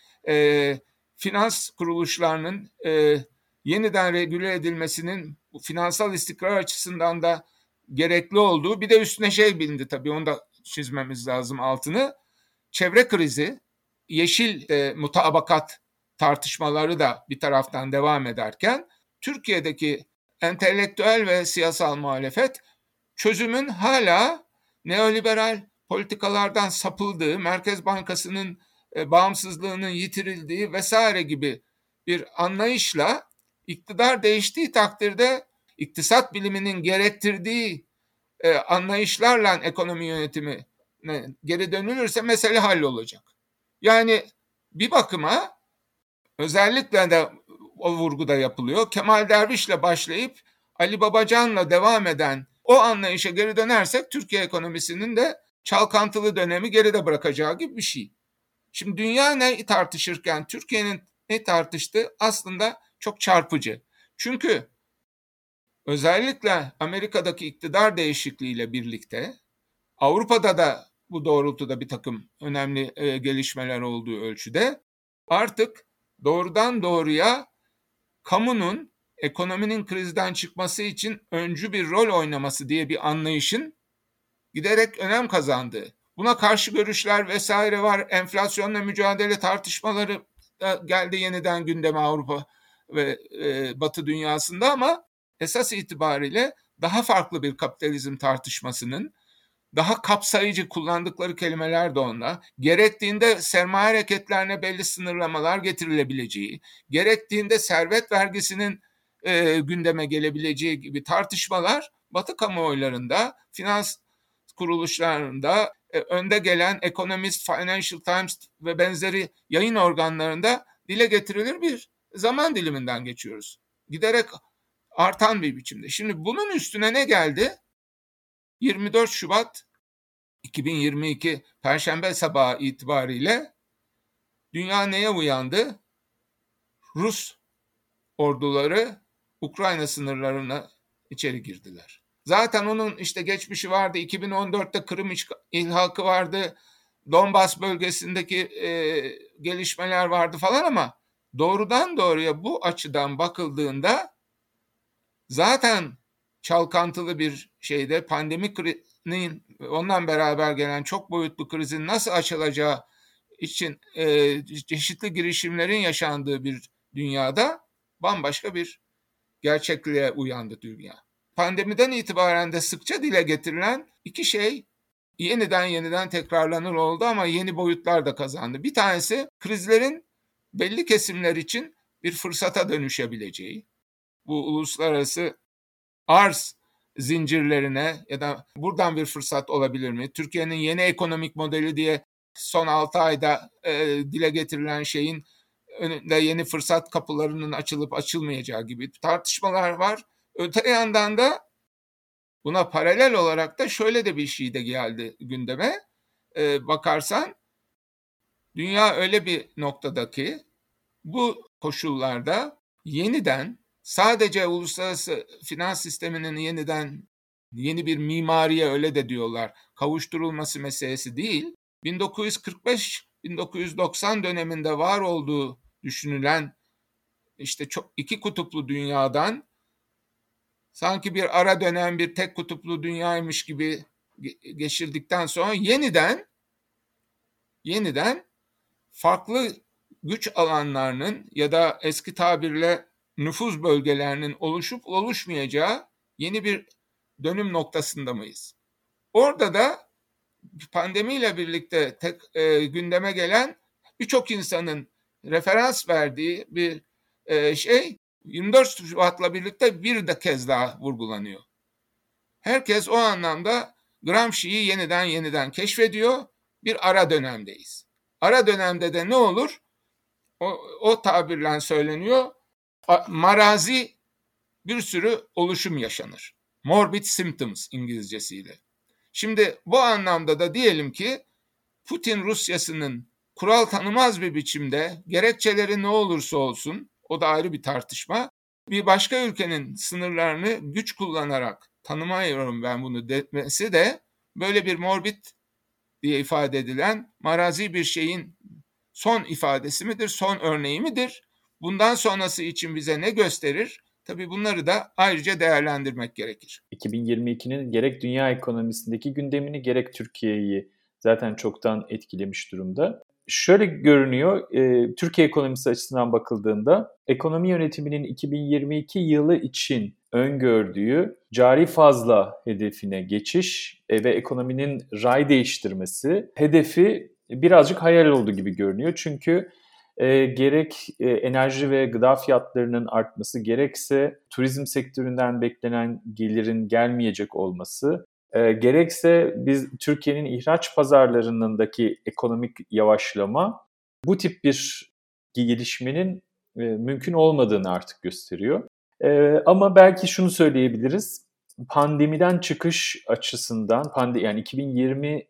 E: finans kuruluşlarının yeniden regüle edilmesinin finansal istikrar açısından da gerekli olduğu, bir de üstüne şey bilindi tabii, onu da çizmemiz lazım altını. Çevre krizi, yeşil mutabakat tartışmaları da bir taraftan devam ederken Türkiye'deki entelektüel ve siyasal muhalefet çözümün hala neoliberal politikalardan sapıldığı, Merkez Bankası'nın bağımsızlığının yitirildiği vesaire gibi bir anlayışla iktidar değiştiği takdirde iktisat biliminin gerektirdiği anlayışlarla ekonomi yönetimi geri dönülürse mesele hallolacak. Yani bir bakıma özellikle de o vurguda yapılıyor. Kemal Derviş'le başlayıp Ali Babacan'la devam eden o anlayışa geri dönersek Türkiye ekonomisinin de çalkantılı dönemi geride bırakacağı gibi bir şey. Şimdi dünya ne tartışırken Türkiye'nin ne tartıştığı aslında çok çarpıcı. Çünkü özellikle Amerika'daki iktidar değişikliğiyle birlikte Avrupa'da da bu doğrultuda bir takım önemli gelişmeler olduğu ölçüde artık doğrudan doğruya kamunun ekonominin krizden çıkması için öncü bir rol oynaması diye bir anlayışın giderek önem kazandığı. Buna karşı görüşler vesaire var. Enflasyonla mücadele tartışmaları geldi yeniden gündeme Avrupa ve Batı dünyasında, ama esas itibariyle daha farklı bir kapitalizm tartışmasının, daha kapsayıcı kullandıkları kelimeler de onlar, gerektiğinde sermaye hareketlerine belli sınırlamalar getirilebileceği, gerektiğinde servet vergisinin gündeme gelebileceği gibi tartışmalar Batı kamuoylarında, finans kuruluşlarında, önde gelen Economist, Financial Times ve benzeri yayın organlarında dile getirilir bir zaman diliminden geçiyoruz. Giderek artan bir biçimde. Şimdi bunun üstüne ne geldi? 24 Şubat 2022 Perşembe sabahı itibariyle dünya neye uyandı? Rus orduları Ukrayna sınırlarına içeri girdiler. Zaten onun işte geçmişi vardı. 2014'te Kırım ilhakı vardı. Donbas bölgesindeki gelişmeler vardı falan, ama doğrudan doğruya bu açıdan bakıldığında zaten çalkantılı bir şeyde pandeminin ondan beraber gelen çok boyutlu krizin nasıl aşılacağı için çeşitli girişimlerin yaşandığı bir dünyada bambaşka bir gerçekliğe uyandı dünya. Pandemiden itibaren de sıkça dile getirilen iki şey yeniden tekrarlanır oldu ama yeni boyutlar da kazandı. Bir tanesi krizlerin belli kesimler için bir fırsata dönüşebileceği. Bu uluslararası arz zincirlerine ya da buradan bir fırsat olabilir mi? Türkiye'nin yeni ekonomik modeli diye son 6 ayda dile getirilen şeyin önünde yeni fırsat kapılarının açılıp açılmayacağı gibi tartışmalar var. Öte yandan da buna paralel olarak da şöyle de bir şey de geldi gündeme. Bakarsan dünya öyle bir noktada ki bu koşullarda yeniden sadece uluslararası finans sisteminin yeni bir mimariye öyle de diyorlar kavuşturulması meselesi değil. 1945-1990 döneminde var olduğu düşünülen işte çok iki kutuplu dünyadan sanki bir ara dönem bir tek kutuplu dünyaymış gibi geçirdikten sonra yeniden farklı güç alanlarının ya da eski tabirle nüfuz bölgelerinin oluşup oluşmayacağı yeni bir dönüm noktasında mıyız? Orada da pandemiyle birlikte gündeme gelen birçok insanın referans verdiği bir şey 24 Şubat'la birlikte bir de kez daha vurgulanıyor. Herkes o anlamda Gramsci'yi yeniden keşfediyor. Bir ara dönemdeyiz. Ara dönemde de ne olur? O tabirle söyleniyor. Marazi bir sürü oluşum yaşanır. Morbid symptoms İngilizcesiyle. Şimdi bu anlamda da diyelim ki Putin Rusyası'nın kural tanımaz bir biçimde gerekçeleri ne olursa olsun o da ayrı bir tartışma. Bir başka ülkenin sınırlarını güç kullanarak tanımıyorum ben bunu demesi de böyle bir morbid diye ifade edilen marazi bir şeyin son ifadesi midir, son örneği midir? Bundan sonrası için bize ne gösterir? Tabii bunları da ayrıca değerlendirmek gerekir.
D: 2022'nin gerek dünya ekonomisindeki gündemini gerek Türkiye'yi zaten çoktan etkilemiş durumda. Şöyle görünüyor, Türkiye ekonomisi açısından bakıldığında ekonomi yönetiminin 2022 yılı için öngördüğü cari fazla hedefine geçiş ve ekonominin ray değiştirmesi hedefi birazcık hayal olduğu gibi görünüyor. Çünkü gerek enerji ve gıda fiyatlarının artması, gerekse turizm sektöründen beklenen gelirin gelmeyecek olması, gerekse biz Türkiye'nin ihraç pazarlarındaki ekonomik yavaşlama bu tip bir gelişmenin mümkün olmadığını artık gösteriyor. Ama belki şunu söyleyebiliriz, pandemiden çıkış açısından, yani 2020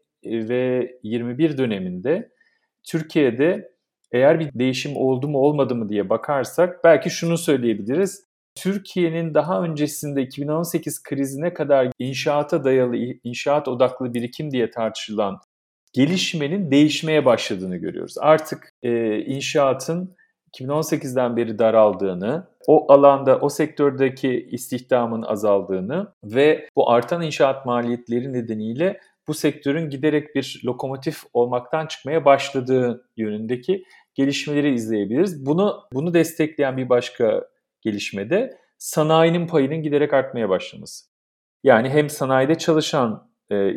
D: ve 21 döneminde Türkiye'de eğer bir değişim oldu mu olmadı mı diye bakarsak belki şunu söyleyebiliriz. Türkiye'nin daha öncesinde 2018 krizine kadar inşaata dayalı, inşaat odaklı birikim diye tartışılan gelişmenin değişmeye başladığını görüyoruz. Artık inşaatın 2018'den beri daraldığını, o alanda, o sektördeki istihdamın azaldığını ve bu artan inşaat maliyetleri nedeniyle bu sektörün giderek bir lokomotif olmaktan çıkmaya başladığı yönündeki gelişmeleri izleyebiliriz. Bunu destekleyen bir başka gelişme de sanayinin payının giderek artmaya başlaması. Yani hem sanayide çalışan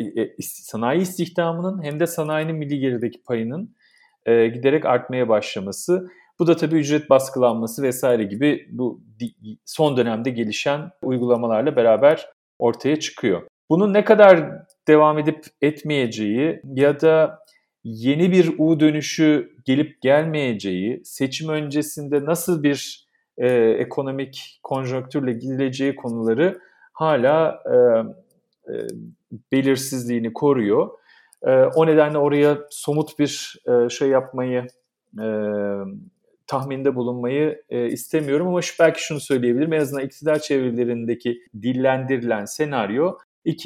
D: sanayi istihdamının hem de sanayinin milli gelirdeki payının giderek artmaya başlaması. Bu da tabii ücret baskılanması vesaire gibi bu son dönemde gelişen uygulamalarla beraber ortaya çıkıyor. Bunun ne kadar devam edip etmeyeceği ya da yeni bir U dönüşü gelip gelmeyeceği, seçim öncesinde nasıl bir ekonomik konjonktürle gidileceği konuları hala belirsizliğini koruyor. O nedenle oraya somut bir şey yapmayı, tahminde bulunmayı istemiyorum ama belki şunu söyleyebilirim. En azından iktidar çevrelerindeki dillendirilen senaryo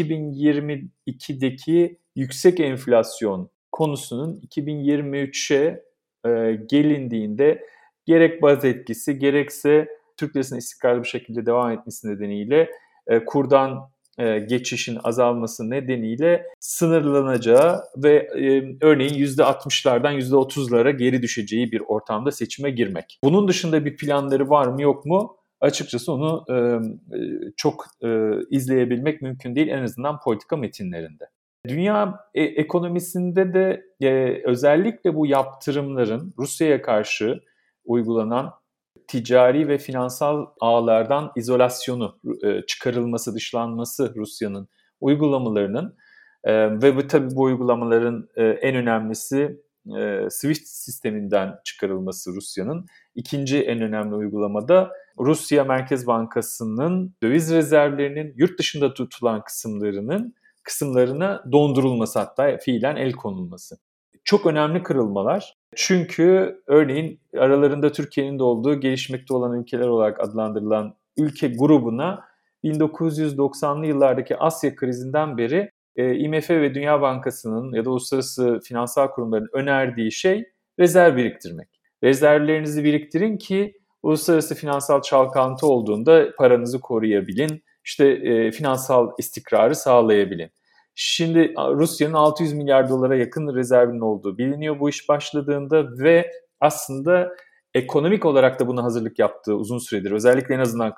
D: 2022'deki yüksek enflasyon konusunun 2023'e gelindiğinde gerek baz etkisi gerekse Türk lirasının istikrarlı bir şekilde devam etmesi nedeniyle kurdan geçişin azalması nedeniyle sınırlanacağı ve örneğin %60'lardan %30'lara geri düşeceği bir ortamda seçime girmek. Bunun dışında bir planları var mı yok mu? Açıkçası onu çok izleyebilmek mümkün değil, en azından politika metinlerinde. Dünya ekonomisinde de özellikle bu yaptırımların Rusya'ya karşı uygulanan ticari ve finansal ağlardan izolasyonu, çıkarılması, dışlanması Rusya'nın uygulamalarının ve tabii bu uygulamaların en önemlisi SWIFT sisteminden çıkarılması Rusya'nın. İkinci en önemli uygulamada Rusya Merkez Bankası'nın döviz rezervlerinin yurt dışında tutulan kısımlarına dondurulması, hatta fiilen el konulması. Çok önemli kırılmalar. Çünkü örneğin aralarında Türkiye'nin de olduğu gelişmekte olan ülkeler olarak adlandırılan ülke grubuna 1990'lı yıllardaki Asya krizinden beri IMF ve Dünya Bankası'nın ya da uluslararası finansal kurumların önerdiği şey rezerv biriktirmek. Rezervlerinizi biriktirin ki uluslararası finansal çalkantı olduğunda paranızı koruyabilin, finansal istikrarı sağlayabilin. Şimdi Rusya'nın 600 milyar dolara yakın rezervinin olduğu biliniyor bu iş başladığında ve aslında ekonomik olarak da buna hazırlık yaptığı uzun süredir. Özellikle en azından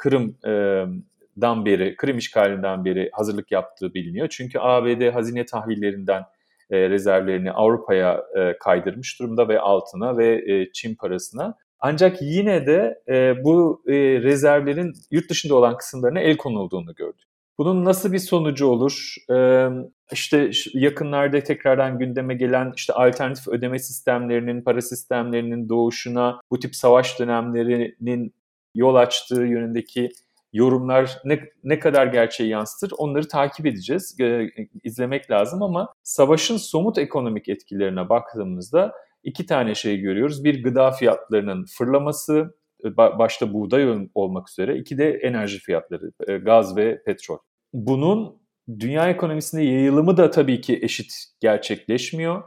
D: Kırım işgalinden beri hazırlık yaptığı biliniyor. Çünkü ABD hazine tahvillerinden rezervlerini Avrupa'ya kaydırmış durumda ve altına ve Çin parasına. Ancak yine de bu rezervlerin yurt dışında olan kısımlarına el konulduğunu gördük. Bunun nasıl bir sonucu olur? Yakınlarda tekrardan gündeme gelen alternatif ödeme sistemlerinin, para sistemlerinin doğuşuna, bu tip savaş dönemlerinin yol açtığı yönündeki yorumlar ne kadar gerçeği yansıtır, onları takip edeceğiz, izlemek lazım ama savaşın somut ekonomik etkilerine baktığımızda iki tane şey görüyoruz. Bir, gıda fiyatlarının fırlaması, başta buğday olmak üzere. İki de enerji fiyatları, gaz ve petrol. Bunun dünya ekonomisine yayılımı da tabii ki eşit gerçekleşmiyor.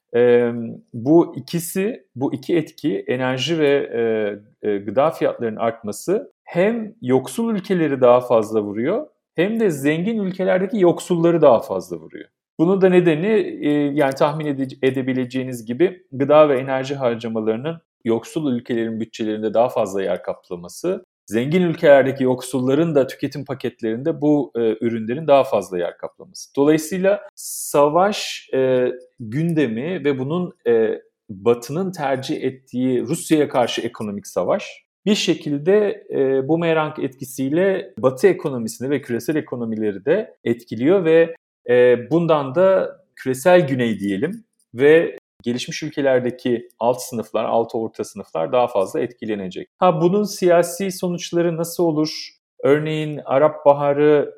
D: Bu iki etki, enerji ve gıda fiyatlarının artması hem yoksul ülkeleri daha fazla vuruyor hem de zengin ülkelerdeki yoksulları daha fazla vuruyor. Bunun da nedeni yani tahmin edebileceğiniz gibi gıda ve enerji harcamalarının yoksul ülkelerin bütçelerinde daha fazla yer kaplaması, zengin ülkelerdeki yoksulların da tüketim paketlerinde bu ürünlerin daha fazla yer kaplaması. Dolayısıyla savaş gündemi ve bunun Batı'nın tercih ettiği Rusya'ya karşı ekonomik savaş bir şekilde bumerang etkisiyle Batı ekonomisini ve küresel ekonomileri de etkiliyor ve bundan da küresel güney diyelim ve gelişmiş ülkelerdeki alt orta sınıflar daha fazla etkilenecek. Bunun siyasi sonuçları nasıl olur? Örneğin Arap Baharı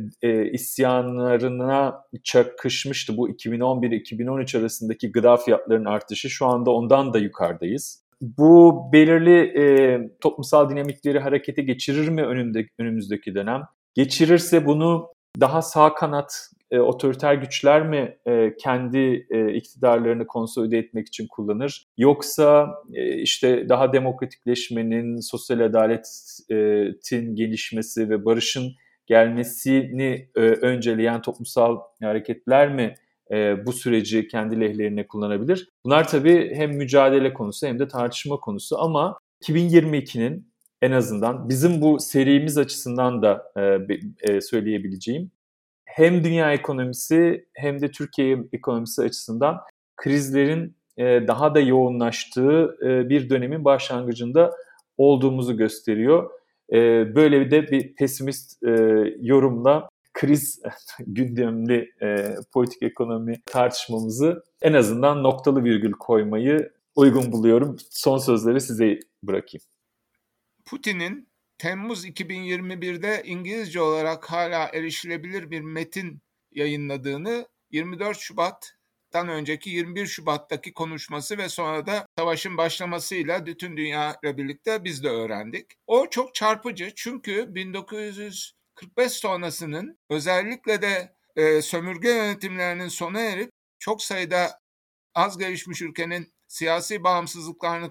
D: isyanlarına çakışmıştı bu 2011-2013 arasındaki gıda fiyatlarının artışı. Şu anda ondan da yukarıdayız. Bu belirli toplumsal dinamikleri harekete geçirir mi önümüzdeki dönem? Geçirirse bunu daha sağ kanat otoriter güçler mi kendi iktidarlarını konsolide etmek için kullanır? Yoksa daha demokratikleşmenin, sosyal adaletin gelişmesi ve barışın gelmesini önceleyen toplumsal hareketler mi bu süreci kendi lehlerine kullanabilir? Bunlar tabii hem mücadele konusu hem de tartışma konusu ama 2022'nin en azından bizim bu serimiz açısından da söyleyebileceğim hem dünya ekonomisi hem de Türkiye ekonomisi açısından krizlerin daha da yoğunlaştığı bir dönemin başlangıcında olduğumuzu gösteriyor. Böyle de bir pesimist yorumla kriz gündemli politik ekonomi tartışmamızı en azından noktalı virgül koymayı uygun buluyorum. Son sözleri size bırakayım.
E: Putin'in Temmuz 2021'de İngilizce olarak hala erişilebilir bir metin yayınladığını 24 Şubat'tan önceki 21 Şubat'taki konuşması ve sonra da savaşın başlamasıyla bütün dünya ile birlikte biz de öğrendik. O çok çarpıcı çünkü 1945 sonrasının özellikle de sömürge yönetimlerinin sona erip çok sayıda az gelişmiş ülkenin siyasi bağımsızlıklarını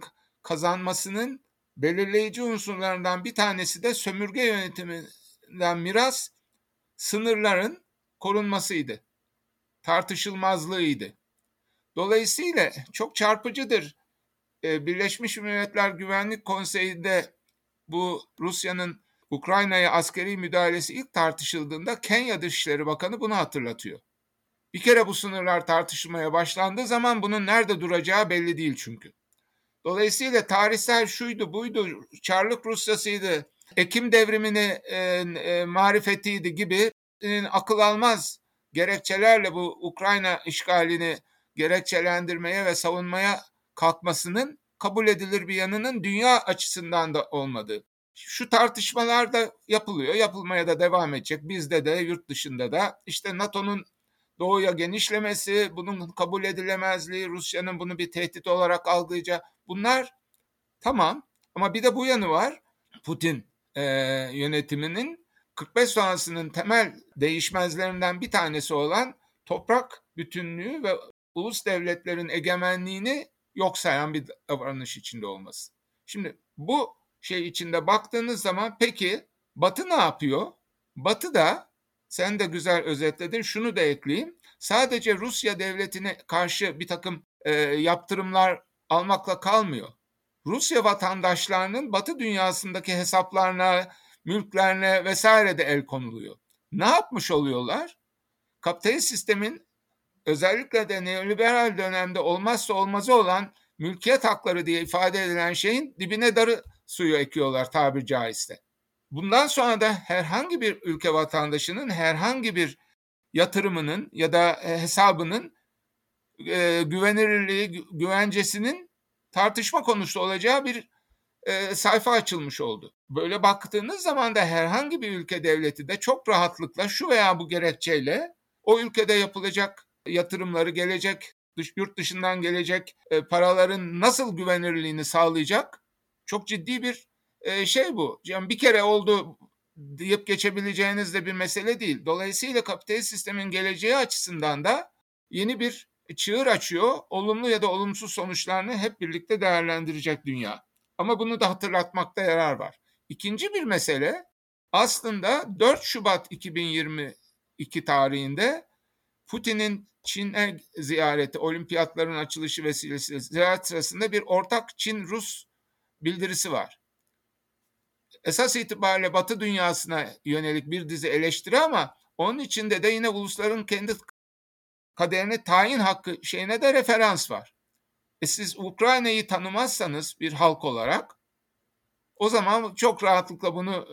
E: kazanmasının belirleyici unsurlarından bir tanesi de sömürge yönetiminden miras sınırların korunmasıydı, tartışılmazlığıydı. Dolayısıyla çok çarpıcıdır. Birleşmiş Milletler Güvenlik Konseyi'nde bu Rusya'nın Ukrayna'ya askeri müdahalesi ilk tartışıldığında Kenya Dışişleri Bakanı bunu hatırlatıyor. Bir kere bu sınırlar tartışılmaya başlandığı zaman bunun nerede duracağı belli değil çünkü. Dolayısıyla tarihsel şuydu buydu, Çarlık Rusyasıydı, Ekim devrimini marifetiydi gibi akıl almaz gerekçelerle bu Ukrayna işgalini gerekçelendirmeye ve savunmaya kalkmasının kabul edilir bir yanının dünya açısından da olmadığı. Şu tartışmalar da yapılıyor, yapılmaya da devam edecek. Bizde de, yurt dışında da. İşte NATO'nun doğuya genişlemesi, bunun kabul edilemezliği, Rusya'nın bunu bir tehdit olarak algılayacağı. Bunlar tamam ama bir de bu yanı var. Putin yönetiminin 45 sonrasının temel değişmezlerinden bir tanesi olan toprak bütünlüğü ve ulus devletlerin egemenliğini yok sayan bir davranış içinde olması. Şimdi bu şey içinde baktığınız zaman peki Batı ne yapıyor? Batı da, sen de güzel özetledin, şunu da ekleyeyim. Sadece Rusya devletine karşı bir takım yaptırımlar almakla kalmıyor. Rusya vatandaşlarının Batı dünyasındaki hesaplarına, mülklerine vesaire de el konuluyor. Ne yapmış oluyorlar? Kapitalist sistemin özellikle de neoliberal dönemde olmazsa olmazı olan mülkiyet hakları diye ifade edilen şeyin dibine darı suyu ekiyorlar tabiri caizse. Bundan sonra da herhangi bir ülke vatandaşının herhangi bir yatırımının ya da hesabının güvenilirliği, güvencesinin tartışma konusu olacağı bir sayfa açılmış oldu. Böyle baktığınız zaman da herhangi bir ülke devleti de çok rahatlıkla şu veya bu gerekçeyle o ülkede yapılacak yatırımları, gelecek yurt dışından gelecek paraların nasıl güvenilirliğini sağlayacak çok ciddi bir şey bu. Yani bir kere oldu deyip geçebileceğiniz de bir mesele değil. Dolayısıyla kapitalist sistemin geleceği açısından da yeni bir çığır açıyor. Olumlu ya da olumsuz sonuçlarını hep birlikte değerlendirecek dünya. Ama bunu da hatırlatmakta yarar var. İkinci bir mesele, aslında 4 Şubat 2022 tarihinde Putin'in Çin'e ziyareti, olimpiyatların açılışı vesilesiyle ziyaret sırasında bir ortak Çin-Rus bildirisi var. Esas itibariyle Batı dünyasına yönelik bir dizi eleştiri ama onun içinde de yine ulusların kendi kaderini tayin hakkı şeyine de referans var. Siz Ukrayna'yı tanımazsanız bir halk olarak, o zaman çok rahatlıkla bunu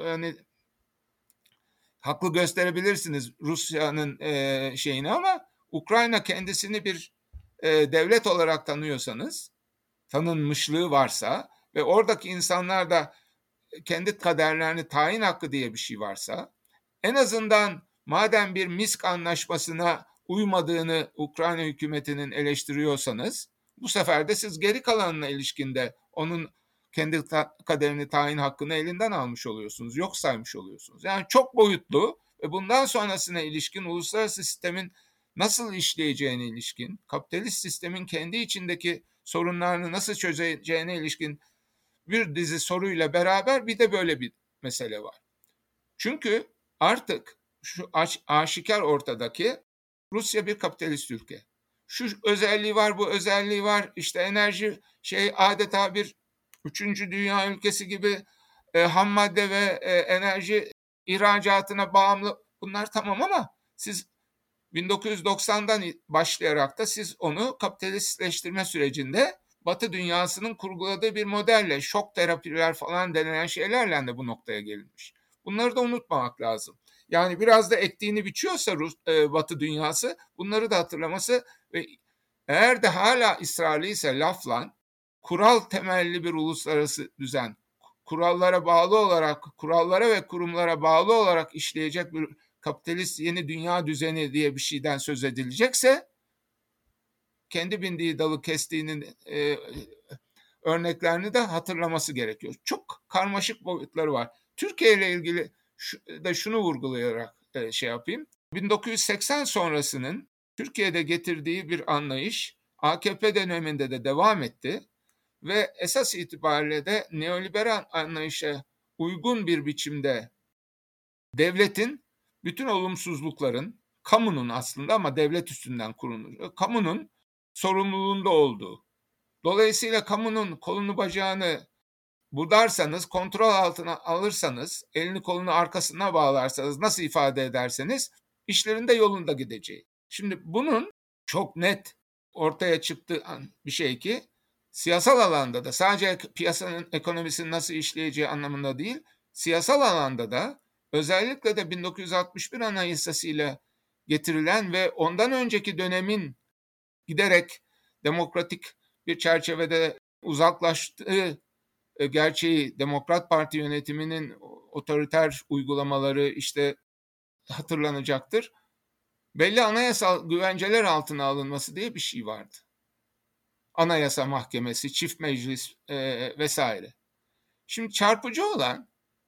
E: haklı gösterebilirsiniz Rusya'nın şeyini, ama Ukrayna kendisini bir devlet olarak tanıyorsanız, tanınmışlığı varsa ve oradaki insanlar da kendi kaderlerini tayin hakkı diye bir şey varsa, en azından madem bir Minsk anlaşmasına uymadığını Ukrayna hükümetinin eleştiriyorsanız, bu sefer de siz geri kalanına ilişkinde onun kendi kaderini tayin hakkını elinden almış oluyorsunuz, yok saymış oluyorsunuz. Yani çok boyutlu ve bundan sonrasına ilişkin uluslararası sistemin nasıl işleyeceğine ilişkin, kapitalist sistemin kendi içindeki sorunlarını nasıl çözeceğine ilişkin bir dizi soruyla beraber bir de böyle bir mesele var. Çünkü artık şu aşikar ortadaki Rusya bir kapitalist ülke. Şu özelliği var, bu özelliği var. İşte enerji adeta bir 3. dünya ülkesi gibi ham madde ve enerji ihracatına bağımlı. Bunlar tamam ama siz 1990'dan başlayarak da siz onu kapitalistleştirme sürecinde Batı dünyasının kurguladığı bir modelle, şok terapiler falan denilen şeylerle de bu noktaya gelinmiş. Bunları da unutmamak lazım. Yani biraz da ektiğini biçiyorsa Batı dünyası, bunları da hatırlaması ve eğer de hala ısrarlıysa lafla kural temelli bir uluslararası düzen, kurallara bağlı olarak, kurallara ve kurumlara bağlı olarak işleyecek bir kapitalist yeni dünya düzeni diye bir şeyden söz edilecekse, kendi bindiği dalı kestiğinin örneklerini de hatırlaması gerekiyor. Çok karmaşık boyutları var. Türkiye ile ilgili şunu vurgulayarak yapayım. 1980 sonrasının Türkiye'de getirdiği bir anlayış AKP döneminde de devam etti ve esas itibariyle de neoliberal anlayışa uygun bir biçimde devletin bütün olumsuzlukların kamunun aslında ama devlet üstünden kurulmuş, kamunun sorumluluğunda olduğu. Dolayısıyla kamunun kolunu bacağını budarsanız, kontrol altına alırsanız, elini kolunu arkasına bağlarsanız, nasıl ifade ederseniz işlerin de yolunda gideceği. Şimdi bunun çok net ortaya çıktığı bir şey ki siyasal alanda da sadece piyasanın ekonomisinin nasıl işleyeceği anlamında değil, siyasal alanda da özellikle de 1961 Anayasası ile getirilen ve ondan önceki dönemin giderek demokratik bir çerçevede uzaklaştığı gerçeği, Demokrat Parti yönetiminin otoriter uygulamaları işte hatırlanacaktır. Belli anayasal güvenceler altına alınması diye bir şey vardı. Anayasa Mahkemesi, çift meclis vesaire. Şimdi çarpıcı olan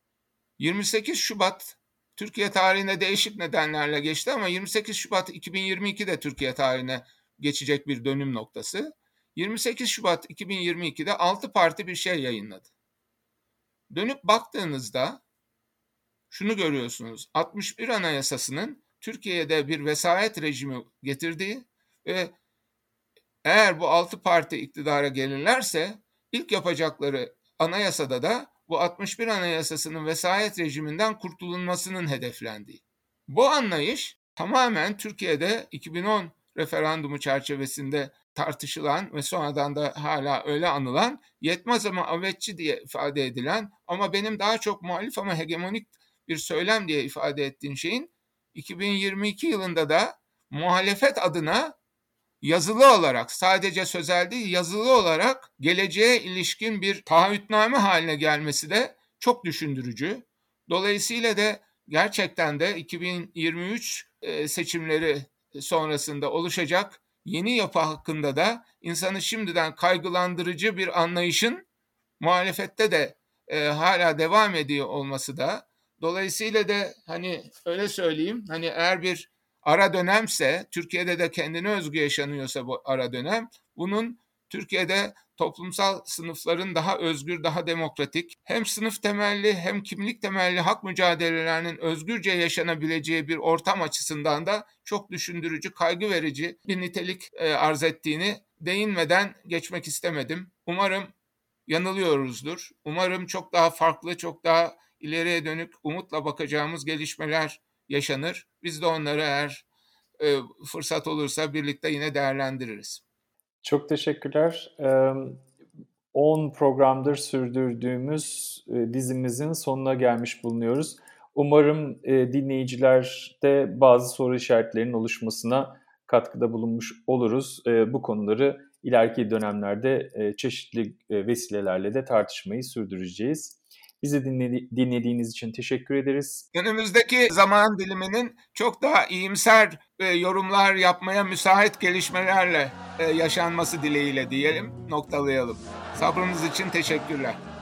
E: 28 Şubat Türkiye tarihine değişik nedenlerle geçti ama 28 Şubat 2022'de Türkiye tarihine geçecek bir dönüm noktası. 28 Şubat 2022'de 6 parti bir şey yayınladı. Dönüp baktığınızda şunu görüyorsunuz. 61 Anayasası'nın Türkiye'de bir vesayet rejimi getirdiği ve eğer bu 6 parti iktidara gelirlerse ilk yapacakları anayasada da bu 61 Anayasası'nın vesayet rejiminden kurtulunmasının hedeflendiği. Bu anlayış tamamen Türkiye'de 2010 referandumu çerçevesinde tartışılan ve sonradan da hala öyle anılan, yetmez ama avetçi diye ifade edilen ama benim daha çok muhalif ama hegemonik bir söylem diye ifade ettiğim şeyin 2022 yılında da muhalefet adına yazılı olarak, sadece sözel değil yazılı olarak geleceğe ilişkin bir taahhütname haline gelmesi de çok düşündürücü. Dolayısıyla da gerçekten de 2023 seçimleri sonrasında oluşacak yeni yapı hakkında da insanı şimdiden kaygılandırıcı bir anlayışın muhalefette de hala devam ediyor olması da, dolayısıyla da hani öyle söyleyeyim, hani eğer bir ara dönemse, Türkiye'de de kendine özgü yaşanıyorsa bu ara dönem, bunun Türkiye'de toplumsal sınıfların daha özgür, daha demokratik, hem sınıf temelli hem kimlik temelli hak mücadelelerinin özgürce yaşanabileceği bir ortam açısından da çok düşündürücü, kaygı verici bir nitelik arz ettiğini değinmeden geçmek istemedim. Umarım yanılıyoruzdur. Umarım çok daha farklı, çok daha ileriye dönük umutla bakacağımız gelişmeler yaşanır. Biz de onları eğer fırsat olursa birlikte yine değerlendiririz.
D: Çok teşekkürler. 10 programdır sürdürdüğümüz dizimizin sonuna gelmiş bulunuyoruz. Umarım dinleyicilerde bazı soru işaretlerinin oluşmasına katkıda bulunmuş oluruz. Bu konuları ileriki dönemlerde çeşitli vesilelerle de tartışmayı sürdüreceğiz. Bizi dinlediğiniz için teşekkür ederiz.
E: Önümüzdeki zaman diliminin çok daha iyimser yorumlar yapmaya müsait gelişmelerle yaşanması dileğiyle diyelim, noktalayalım. Sabrınız için teşekkürler.